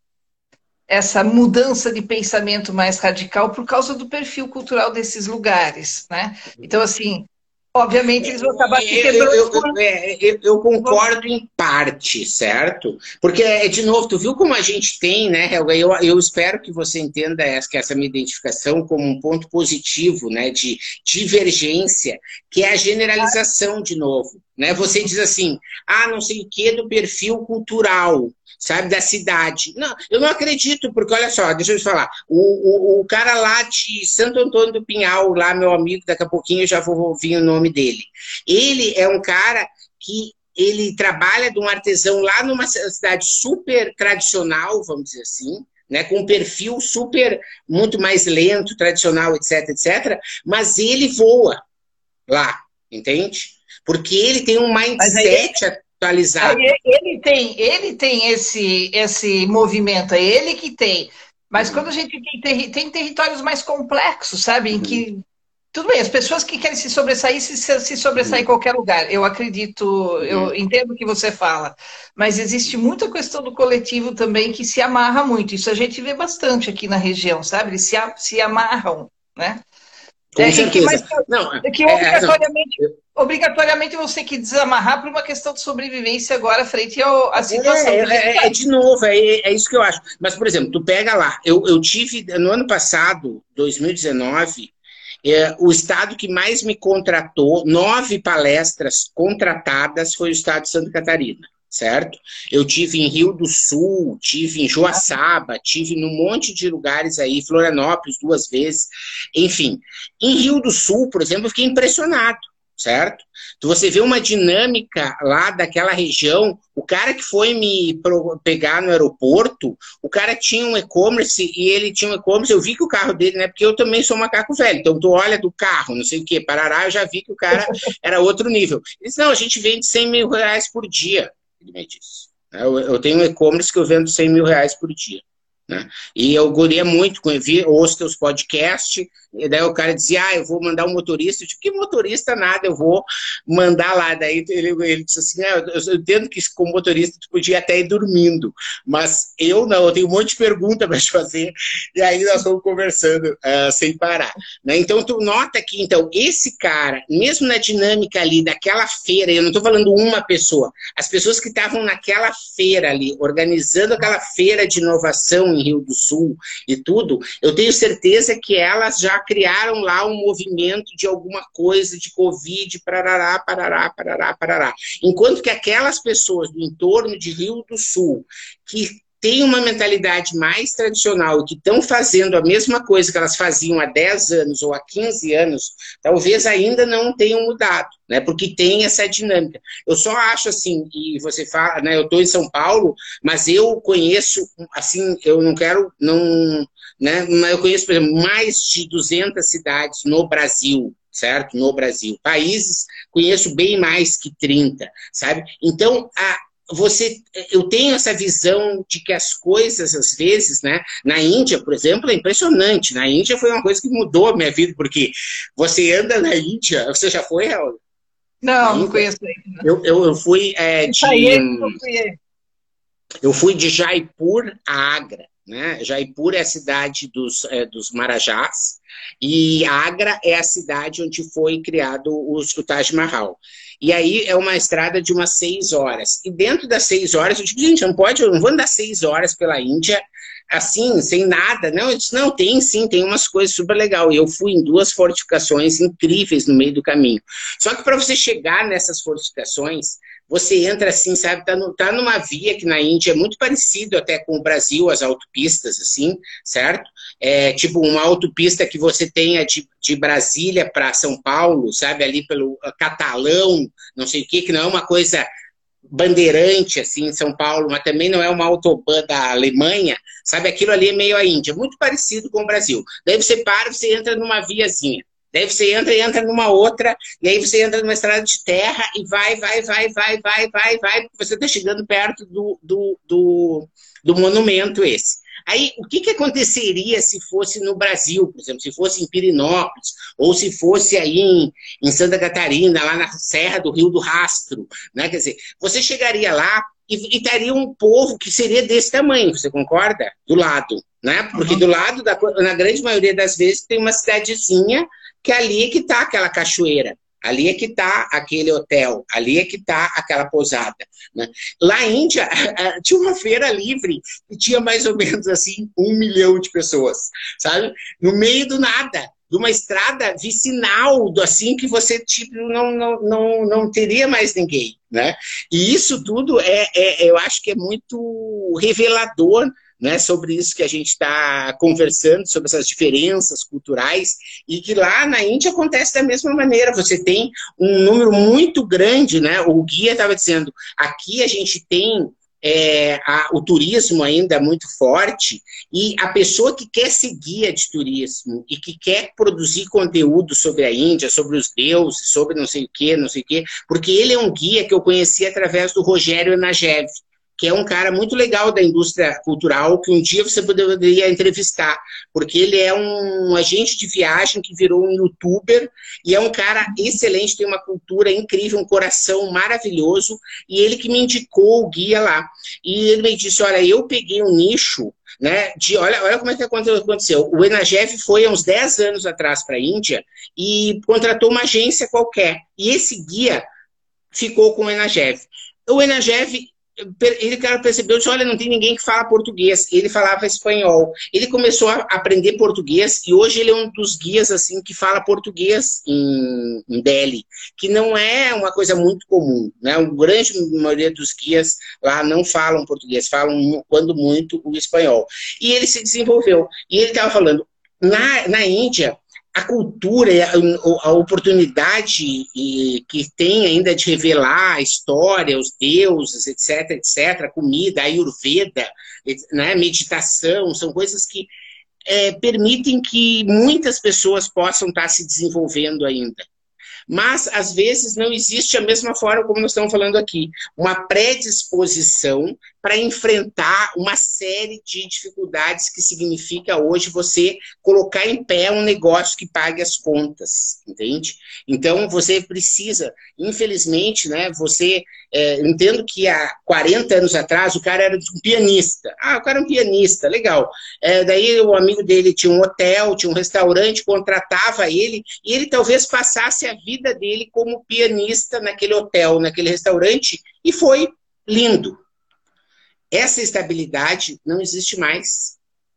essa mudança de pensamento mais radical por causa do perfil cultural desses lugares, né? Então, assim, obviamente eles vão acabar se quebrando. Eu, eu, eu, eu, eu concordo em parte, certo? Porque, de novo, tu viu como a gente tem, né, Helga? Eu, eu espero que você entenda essa, que essa minha identificação como um ponto positivo, né, de divergência, que é a generalização, de novo. Né? Você diz assim, ah, não sei o que do perfil cultural, sabe, da cidade. Não, eu não acredito, porque olha só, deixa eu te falar, o, o, o cara lá de Santo Antônio do Pinhal, lá, meu amigo, daqui a pouquinho eu já vou ouvir o nome dele. Ele é um cara que ele trabalha de um artesão lá numa cidade super tradicional, vamos dizer assim, né, com um perfil super, muito mais lento, tradicional, etc, etcétera, mas ele voa lá, entende? Porque ele tem um mindset ele, atualizado. Ele tem, ele tem esse, esse movimento, é ele que tem. Mas uhum. quando a gente tem, terri tem territórios mais complexos, sabe? Em uhum. que, tudo bem, as pessoas que querem se sobressair, se, se sobressair uhum. em qualquer lugar. Eu acredito, uhum. eu entendo o que você fala. Mas existe muita questão do coletivo também que se amarra muito. Isso a gente vê bastante aqui na região, sabe? Eles se, se amarram, né? Com é, certeza. Que, mas, não, é que obrigatoriamente, é, não. obrigatoriamente você tem que desamarrar por uma questão de sobrevivência agora frente ao, à situação. É, é, é, de novo, é, é isso que eu acho. Mas, por exemplo, tu pega lá, eu, eu tive, no ano passado, dois mil e dezenove, é, o estado que mais me contratou, nove palestras contratadas, foi o estado de Santa Catarina. certo? Eu tive em Rio do Sul, tive em Joaçaba, tive num monte de lugares aí, Florianópolis duas vezes, enfim. Em Rio do Sul, por exemplo, eu fiquei impressionado, certo? Então você vê uma dinâmica lá daquela região, o cara que foi me pegar no aeroporto, o cara tinha um e-commerce e ele tinha um e-commerce, eu vi que o carro dele, né, porque eu também sou macaco velho, então tu olha do carro, não sei o que, parará, eu já vi que o cara era outro nível. Ele disse, não, a gente vende cem mil reais por dia. Ele me disse. Eu, eu tenho um e-commerce que eu vendo cem mil reais por dia. Né? E eu gostaria muito, eu ouço teus podcasts, e daí o cara dizia, ah, eu vou mandar um motorista. Eu digo, que motorista nada, eu vou mandar lá. Daí ele, ele disse assim, ah, eu entendo que como motorista tu podia até ir dormindo, mas eu não, eu tenho um monte de pergunta para te fazer, e aí nós vamos conversando uh, sem parar. Né? Então tu nota que, então, esse cara, mesmo na dinâmica ali daquela feira, eu não estou falando uma pessoa, as pessoas que estavam naquela feira ali, organizando aquela feira de inovação em Rio do Sul e tudo, eu tenho certeza que elas já criaram lá um movimento de alguma coisa, de Covid, parará, parará, parará, parará. Enquanto que aquelas pessoas do entorno de Rio do Sul, que têm uma mentalidade mais tradicional e que estão fazendo a mesma coisa que elas faziam há dez anos ou há quinze anos, talvez ainda não tenham mudado, né? Porque tem essa dinâmica. Eu só acho assim, e você fala, né, eu estou em São Paulo, mas eu conheço, assim, eu não quero, não, né, mas eu conheço, por exemplo, mais de duzentas cidades no Brasil, certo? No Brasil. Países, conheço bem mais que trinta, sabe? Então, a Você, eu tenho essa visão de que as coisas, às vezes, né, na Índia, por exemplo, é impressionante. Na Índia foi uma coisa que mudou a minha vida, porque você anda na Índia, você já foi, Raul? Não, não conheço ainda. Eu, eu, eu fui é, de... Eu fui de Jaipur a Agra. Né? Jaipur é a cidade dos, é, dos Marajás e Agra é a cidade onde foi criado o, o Taj Mahal. E aí é uma estrada de umas seis horas. E dentro das seis horas, eu digo, gente, não pode, eu não vou andar seis horas pela Índia assim, sem nada. Não, eu disse, não, tem sim, tem umas coisas super legais. E eu fui em duas fortificações incríveis no meio do caminho. Só que para você chegar nessas fortificações, você entra assim, sabe, tá, no, tá numa via que na Índia é muito parecido até com o Brasil, as autopistas, assim, certo? É tipo uma autopista que você tenha de, de Brasília para São Paulo, sabe, ali pelo Catalão, não sei o que, que não é uma coisa bandeirante, assim, em São Paulo, mas também não é uma autobahn da Alemanha, sabe, aquilo ali é meio a Índia, muito parecido com o Brasil. Daí você para, você entra numa viazinha. Daí você entra e entra numa outra, e aí você entra numa estrada de terra e vai, vai, vai, vai, vai, vai, vai, porque você está chegando perto do, do, do, do monumento esse. Aí, o que, que aconteceria se fosse no Brasil, por exemplo, se fosse em Pirenópolis, ou se fosse aí em, em Santa Catarina, lá na Serra do Rio do Rastro, né? Quer dizer, você chegaria lá e, e teria um povo que seria desse tamanho, você concorda? Do lado, né? Porque uhum. do lado, da, na grande maioria das vezes, tem uma cidadezinha que ali é que está aquela cachoeira, ali é que está aquele hotel, ali é que está aquela pousada. Né? Lá na Índia, tinha uma feira livre e tinha mais ou menos assim um milhão de pessoas, sabe? No meio do nada, de uma estrada vicinal, assim, que você tipo, não, não, não, não teria mais ninguém. Né? E isso tudo, é, é, eu acho que é muito revelador, né, sobre isso que a gente está conversando, sobre essas diferenças culturais, e que lá na Índia acontece da mesma maneira. Você tem um número muito grande, né? O guia estava dizendo, aqui a gente tem é, a, o turismo ainda muito forte, e a pessoa que quer ser guia de turismo e que quer produzir conteúdo sobre a Índia, sobre os deuses, sobre não sei o que, não sei o que, porque ele é um guia que eu conheci através do Rogério Enagev, que é um cara muito legal da indústria cultural, que um dia você poderia entrevistar, porque ele é um agente de viagem que virou um youtuber, e é um cara excelente, tem uma cultura incrível, um coração maravilhoso, e ele que me indicou o guia lá. E ele me disse, olha, eu peguei um nicho, né, de, olha, olha como é que aconteceu. O Enagev foi há uns dez anos atrás para a Índia e contratou uma agência qualquer, e esse guia ficou com o Enagev. O Enagev ele, cara, percebeu, disse, olha, não tem ninguém que fala português. Ele falava espanhol. Ele começou a aprender português e hoje ele é um dos guias, assim, que fala português em, em Delhi, que não é uma coisa muito comum, né? A grande maioria dos guias lá não falam português, falam, quando muito, o espanhol. E ele se desenvolveu. E ele estava falando, na, na Índia, a cultura, a, a oportunidade que tem ainda de revelar a história, os deuses, etc, etc, a comida, a Ayurveda, né, meditação, são coisas que é, permitem que muitas pessoas possam estar se desenvolvendo ainda. Mas, às vezes, não existe a mesma forma como nós estamos falando aqui, uma predisposição para enfrentar uma série de dificuldades que significa hoje você colocar em pé um negócio que pague as contas, entende? Então, você precisa, infelizmente, né, você, é, entendo que há quarenta anos atrás o cara era um pianista. Ah, o cara é um pianista, legal. É, daí o amigo dele tinha um hotel, tinha um restaurante, contratava ele, e ele talvez passasse a vida dele como pianista naquele hotel, naquele restaurante, e foi lindo. Essa estabilidade não existe mais.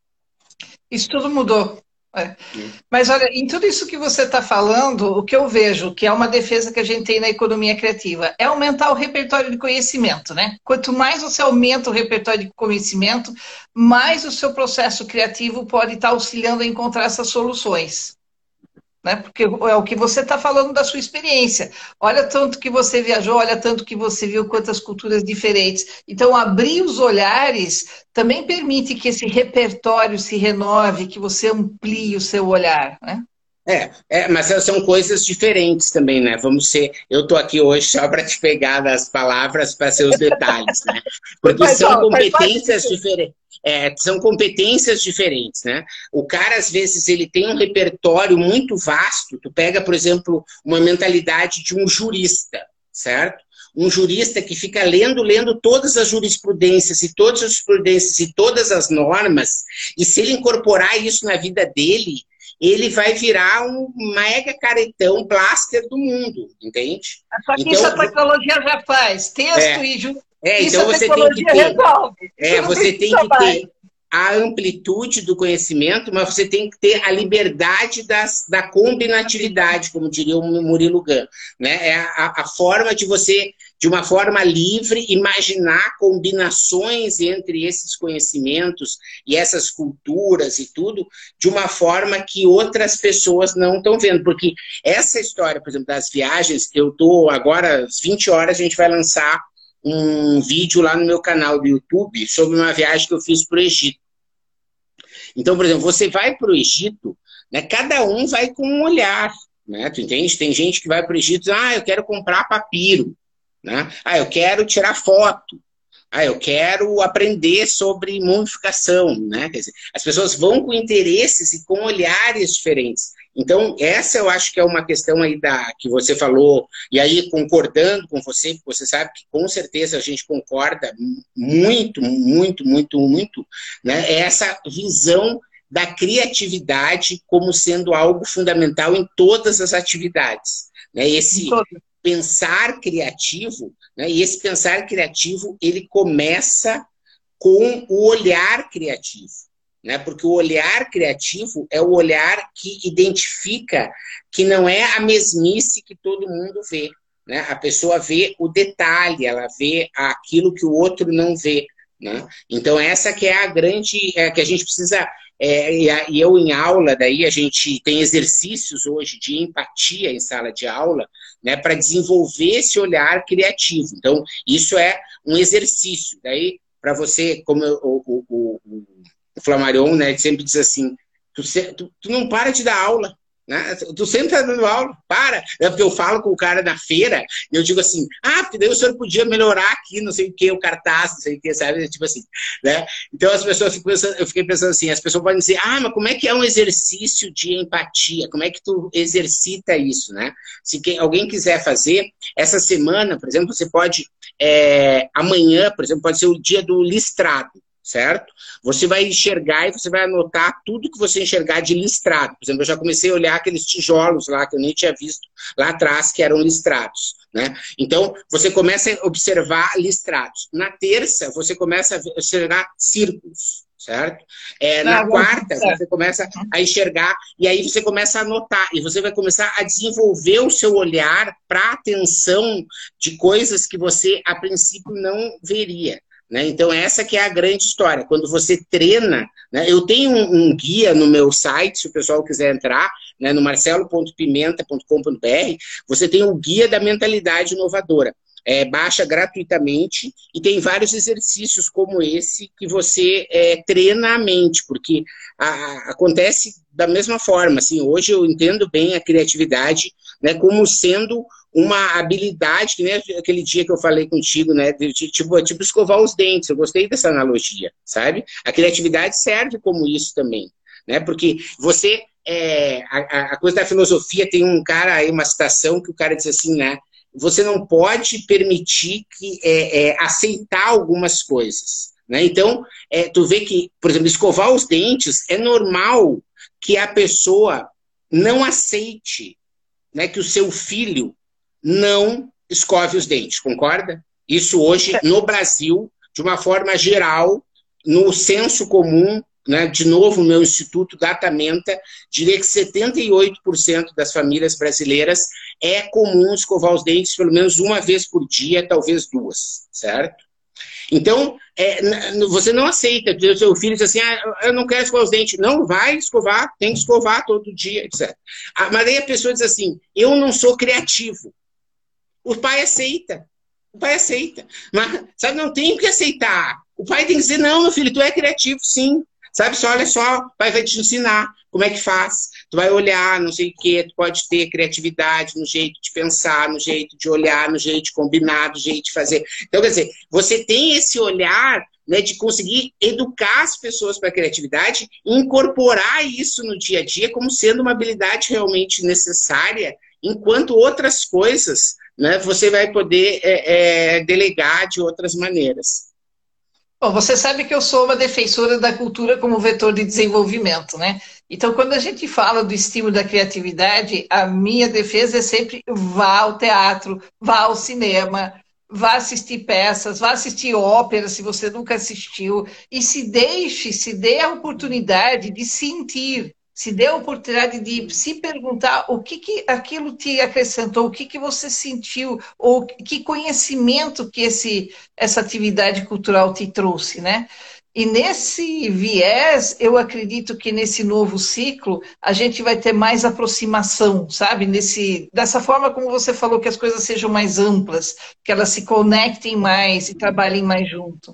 Isso tudo mudou. É. Mas olha, em tudo isso que você está falando, o que eu vejo, que é uma defesa que a gente tem na economia criativa, é aumentar o repertório de conhecimento, né? Quanto mais você aumenta o repertório de conhecimento, mais o seu processo criativo pode estar auxiliando a encontrar essas soluções. Né? Porque é o que você está falando da sua experiência. Olha tanto que você viajou, olha tanto que você viu, quantas culturas diferentes. Então, abrir os olhares também permite que esse repertório se renove, que você amplie o seu olhar, né? É, é, mas são coisas diferentes também, né? Vamos ser... Eu estou aqui hoje só para te pegar das palavras para ser os detalhes, né? Porque faz, são ó, competências diferentes. É, são competências diferentes, né? O cara, às vezes, ele tem um repertório muito vasto. Tu pega, por exemplo, uma mentalidade de um jurista, certo? Um jurista que fica lendo, lendo todas as jurisprudências e todas as jurisprudências e todas as normas, e se ele incorporar isso na vida dele, ele vai virar um mega caretão blaster do mundo, entende? Só que então, isso a tecnologia já faz. Texto é, e ju... é, isso então a você tem que ter, resolve. É, você tem que ter a amplitude do conhecimento, mas você tem que ter a liberdade das, da combinatividade, como diria o Murilo Gun, né? É a, a forma de você, de uma forma livre, imaginar combinações entre esses conhecimentos e essas culturas e tudo, de uma forma que outras pessoas não estão vendo. Porque essa história, por exemplo, das viagens, eu estou agora, às vinte horas, a gente vai lançar um vídeo lá no meu canal do YouTube sobre uma viagem que eu fiz para o Egito. Então, por exemplo, você vai para o Egito, né, cada um vai com um olhar, né, tu entende? Tem gente que vai para o Egito e diz, ah, eu quero comprar papiro, né? Ah, eu quero tirar foto, ah, eu quero aprender sobre mumificação, né? Quer dizer, as pessoas vão com interesses e com olhares diferentes. Então, essa eu acho que é uma questão aí da, que você falou, e aí concordando com você, porque você sabe que com certeza a gente concorda muito, muito, muito, muito, né? É essa visão da criatividade como sendo algo fundamental em todas as atividades, né? Esse pensar criativo, né? E esse pensar criativo, ele começa com o olhar criativo. Né? Porque o olhar criativo é o olhar que identifica que não é a mesmice que todo mundo vê. Né? A pessoa vê o detalhe, ela vê aquilo que o outro não vê. Né? Então essa que é a grande, é, que a gente precisa, é, e eu em aula, daí a gente tem exercícios hoje de empatia em sala de aula, né, para desenvolver esse olhar criativo. Então isso é um exercício. Daí para você, como eu, o, o, o, o Flammarion, né, ele sempre diz assim, tu, tu, tu não para de dar aula, né? Tu sempre está dando aula, para. É porque eu falo com o cara na feira, e eu digo assim, ah, porque daí o senhor podia melhorar aqui, não sei o que, o cartaz, não sei o que, sabe? Tipo assim, né? Então as pessoas ficam pensando, eu fiquei pensando assim, as pessoas podem dizer, ah, mas como é que é um exercício de empatia? Como é que tu exercita isso, né? Se quem, alguém quiser fazer, essa semana, por exemplo, você pode, é, amanhã, por exemplo, pode ser o dia do listrado, certo? Você vai enxergar e você vai anotar tudo que você enxergar de listrado. Por exemplo, eu já comecei a olhar aqueles tijolos lá que eu nem tinha visto lá atrás, que eram listrados, né? Então, você começa a observar listrados. Na terça, você começa a observar círculos, certo? É, na ah, quarta, certo. Você começa a enxergar, e aí você começa a anotar, e você vai começar a desenvolver o seu olhar para atenção de coisas que você, a princípio, não veria. Né? Então, essa que é a grande história. Quando você treina, né? Eu tenho um, um guia no meu site, se o pessoal quiser entrar, né? No marcelo ponto pimenta ponto com ponto br, você tem o guia da mentalidade inovadora. É, baixa gratuitamente e tem vários exercícios como esse que você é, treina a mente, porque a, a, acontece da mesma forma. Assim, hoje eu entendo bem a criatividade, né, como sendo uma habilidade, que nem aquele dia que eu falei contigo, né, de, de, tipo, tipo escovar os dentes. Eu gostei dessa analogia, sabe? A criatividade serve como isso também, né? Porque você, é, a, a coisa da filosofia, tem um cara aí, uma citação que o cara diz assim, né? Você não pode permitir que é, é, aceitar algumas coisas, né? Então, é, tu vê que, por exemplo, escovar os dentes, é normal que a pessoa não aceite, né, que o seu filho não escove os dentes, concorda? Isso hoje, no Brasil, de uma forma geral, no senso comum, né, de novo, o meu instituto Datamenta diria que setenta e oito por cento das famílias brasileiras é comum escovar os dentes pelo menos uma vez por dia, talvez duas, certo? Então, é, você não aceita, o seu filho diz assim, ah, eu não quero escovar os dentes. Não, vai escovar, tem que escovar todo dia, etcétera. Mas aí a pessoa diz assim, eu não sou criativo. O pai aceita, o pai aceita. Mas, sabe, não tem o que aceitar. O pai tem que dizer, não, meu filho, tu é criativo, sim. Sabe, só olha só, o pai vai te ensinar como é que faz. Tu vai olhar, não sei o quê, tu pode ter criatividade no jeito de pensar, no jeito de olhar, no jeito de combinar, no jeito de fazer. Então, quer dizer, você tem esse olhar, né, de conseguir educar as pessoas para a criatividade e incorporar isso no dia a dia como sendo uma habilidade realmente necessária, enquanto outras coisas, né, você vai poder é, é, delegar de outras maneiras. Bom, você sabe que eu sou uma defensora da cultura como vetor de desenvolvimento, né? Então, quando a gente fala do estímulo da criatividade, a minha defesa é sempre vá ao teatro, vá ao cinema, vá assistir peças, vá assistir ópera, se você nunca assistiu, e se deixe, se dê a oportunidade de sentir, se dê a oportunidade de se perguntar o que, que aquilo te acrescentou, o que, que você sentiu, ou que conhecimento que esse, essa atividade cultural te trouxe, né? E nesse viés, eu acredito que nesse novo ciclo, a gente vai ter mais aproximação, sabe? Nesse, dessa forma como você falou, que as coisas sejam mais amplas, que elas se conectem mais e trabalhem mais junto.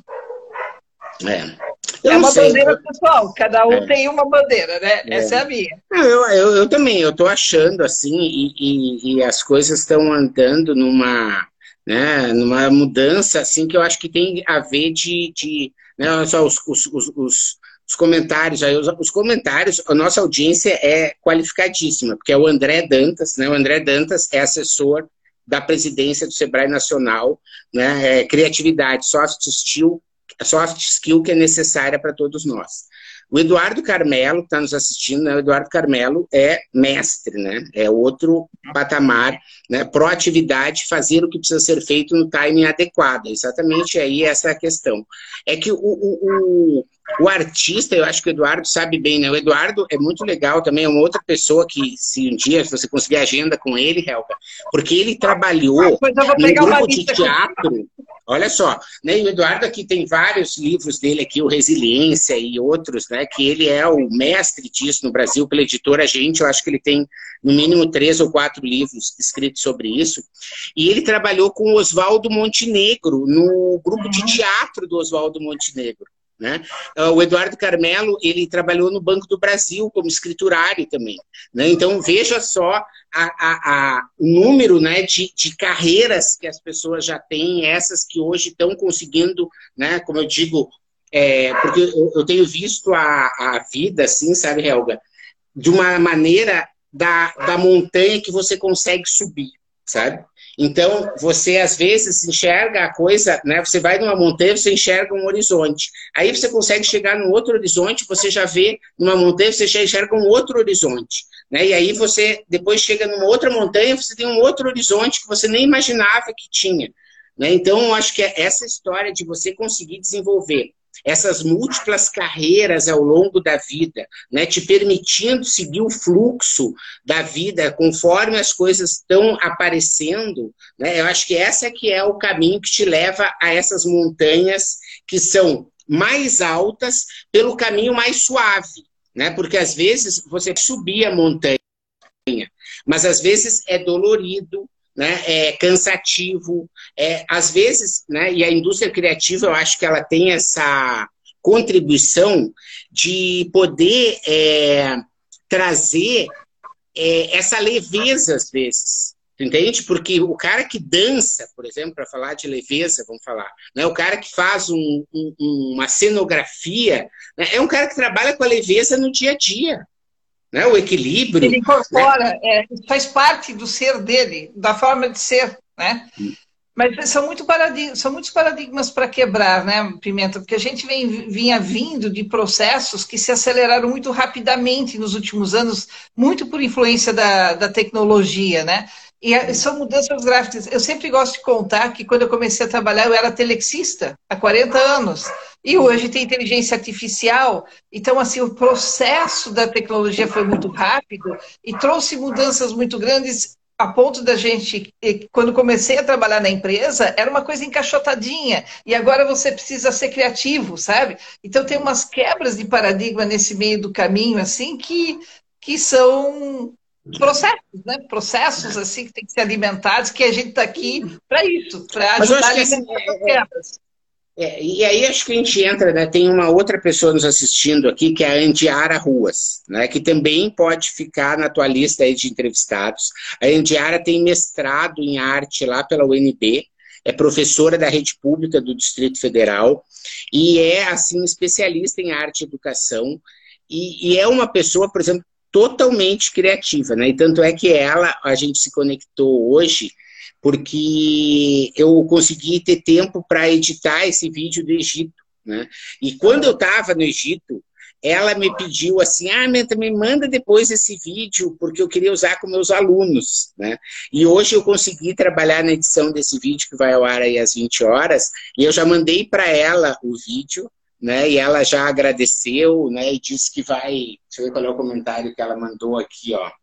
É. Eu é uma sei, bandeira pessoal, cada um é. tem uma bandeira, né? É. Essa é a minha. Eu, eu, eu também, eu estou achando assim, e, e, e as coisas estão andando numa, né, numa mudança assim, que eu acho que tem a ver de, de né, olha só, os, os, os, os, os comentários, aí, os, os comentários, a nossa audiência é qualificadíssima, porque é o André Dantas, né? O André Dantas é assessor da presidência do Sebrae Nacional, né? É, criatividade, soft skill, a soft skill que é necessária para todos nós. O Eduardo Carmelo, que está nos assistindo, né? O Eduardo Carmelo é mestre, né? É outro patamar, né? Proatividade, fazer o que precisa ser feito no timing adequado. Exatamente aí essa é a questão. É que o, o, o, o artista, eu acho que o Eduardo sabe bem, né? O Eduardo é muito legal também, é uma outra pessoa que, se um dia você conseguir agenda com ele, Helga, porque ele trabalhou no grupo de teatro. Olha só, né? E o Eduardo aqui tem vários livros dele aqui, o Resiliência e outros, né? Que ele é o mestre disso no Brasil, pela editora Gente, eu acho que ele tem no mínimo três ou quatro livros escritos sobre isso. E ele trabalhou com o Oswaldo Montenegro, no grupo de teatro do Oswaldo Montenegro. Né? O Eduardo Carmelo, ele trabalhou no Banco do Brasil como escriturário também. Né? Então, veja só a, a, a, o número, né, de, de carreiras que as pessoas já têm, essas que hoje estão conseguindo, né, como eu digo, é, porque eu, eu tenho visto a, a vida, assim, sabe, Helga, de uma maneira da, da montanha que você consegue subir, sabe? Então, você às vezes enxerga a coisa, né? Você vai numa montanha, você enxerga um horizonte. Aí você consegue chegar num outro horizonte, você já vê numa montanha, você já enxerga um outro horizonte. né? E aí você depois chega numa outra montanha, você tem um outro horizonte que você nem imaginava que tinha, né? Então, eu acho que essa história de você conseguir desenvolver essas múltiplas carreiras ao longo da vida, né, te permitindo seguir o fluxo da vida conforme as coisas estão aparecendo, né, eu acho que essa que é o caminho que te leva a essas montanhas que são mais altas pelo caminho mais suave, né, porque às vezes você subir a montanha, mas às vezes é dolorido, né, é cansativo, é, às vezes, né, e a indústria criativa, eu acho que ela tem essa contribuição de poder é, trazer é, essa leveza, às vezes, entende? Porque o cara que dança, por exemplo, para falar de leveza, vamos falar, né, o cara que faz um, um, uma cenografia, né, é um cara que trabalha com a leveza no dia a dia. Né, o equilíbrio. Ele incorpora, né? é, faz parte do ser dele, da forma de ser, né? Hum. Mas são, muito paradig são muitos paradigmas para quebrar, né, Pimenta? Porque a gente vem, vinha vindo de processos que se aceleraram muito rapidamente nos últimos anos, muito por influência da, da tecnologia, né? E a, são mudanças gráficas. Eu sempre gosto de contar que quando eu comecei a trabalhar, eu era telexista, há quarenta anos. E hoje tem inteligência artificial. Então, assim, o processo da tecnologia foi muito rápido e trouxe mudanças muito grandes a ponto da gente, quando comecei a trabalhar na empresa, era uma coisa encaixotadinha. E agora você precisa ser criativo, sabe? Então, tem umas quebras de paradigma nesse meio do caminho, assim, que, que são processos, né? Processos, assim, que tem que ser alimentados, que a gente está aqui para isso, para ajudar a alimentar essas quebras. É, e aí acho que a gente entra, né, tem uma outra pessoa nos assistindo aqui, que é a Andiara Ruas, né, que também pode ficar na tua lista aí de entrevistados. A Andiara tem mestrado em arte lá pela U N B, é professora da rede pública do Distrito Federal e é, assim, especialista em arte e educação e, e é uma pessoa, por exemplo, totalmente criativa, né, e tanto é que ela, a gente se conectou hoje porque eu consegui ter tempo para editar esse vídeo do Egito, né? E quando eu estava no Egito, ela me pediu assim, ah, Menta, me manda depois esse vídeo, porque eu queria usar com meus alunos, né? E hoje eu consegui trabalhar na edição desse vídeo, que vai ao ar aí às vinte horas, e eu já mandei para ela o vídeo, né? E ela já agradeceu, né? E disse que vai... Deixa eu ver qual é o comentário que ela mandou aqui, ó.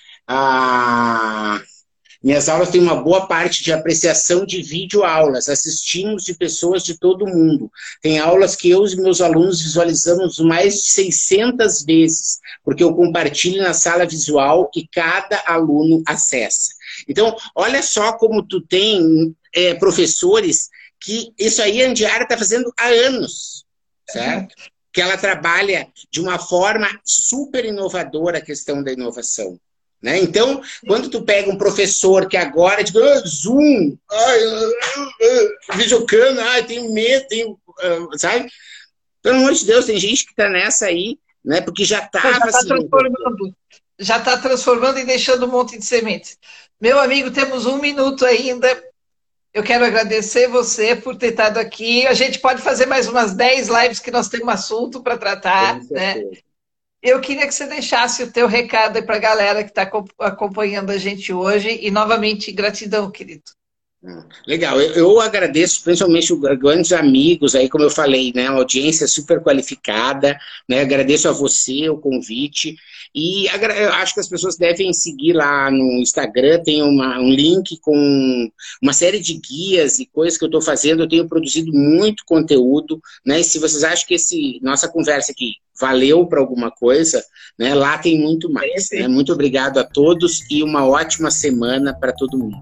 Ah... Minhas aulas têm uma boa parte de apreciação de videoaulas. Assistimos de pessoas de todo o mundo. Tem aulas que eu e meus alunos visualizamos mais de seiscentas vezes, porque eu compartilho na sala visual e cada aluno acessa. Então, olha só como tu tem é, professores que isso aí a Andiara está fazendo há anos, certo? Uhum. Que ela trabalha de uma forma super inovadora a questão da inovação. Né? Então, quando tu pega um professor que agora diz, ah, Zoom, ai, ah, videocam, ai, tenho medo, tenho, uh, sabe? Pelo amor de Deus, tem gente que está nessa aí, né? Porque já estava já tá assim, transformando, já está transformando e deixando um monte de sementes. Meu amigo, temos um minuto ainda. Eu quero agradecer você por ter estado aqui. A gente pode fazer mais umas dez lives que nós temos assunto para tratar, né? Eu queria que você deixasse o teu recado aí para a galera que está acompanhando a gente hoje. E, novamente, gratidão, querido. Legal. Eu, eu agradeço, principalmente os grandes amigos, aí, como eu falei, né? Uma audiência super qualificada. Né? Agradeço a você o convite. E eu acho que as pessoas devem seguir lá no Instagram. Tem uma, um link com uma série de guias e coisas que eu estou fazendo. Eu tenho produzido muito conteúdo. Né? E se vocês acham que esse, nossa conversa aqui valeu para alguma coisa, né? Lá tem muito mais. Né? Muito obrigado a todos e uma ótima semana para todo mundo.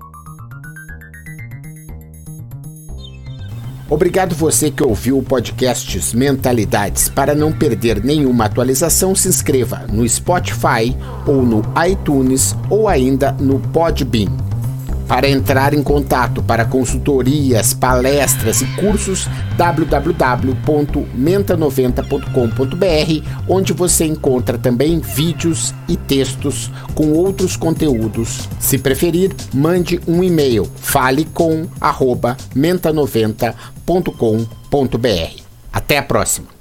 Obrigado você que ouviu o podcast Mentalidades. Para não perder nenhuma atualização, se inscreva no Spotify ou no iTunes ou ainda no Podbean. Para entrar em contato para consultorias, palestras e cursos, w w w ponto menta noventa ponto com ponto b r, onde você encontra também vídeos e textos com outros conteúdos. Se preferir, mande um e-mail, fale com arroba menta noventa ponto com ponto b r. Até a próxima!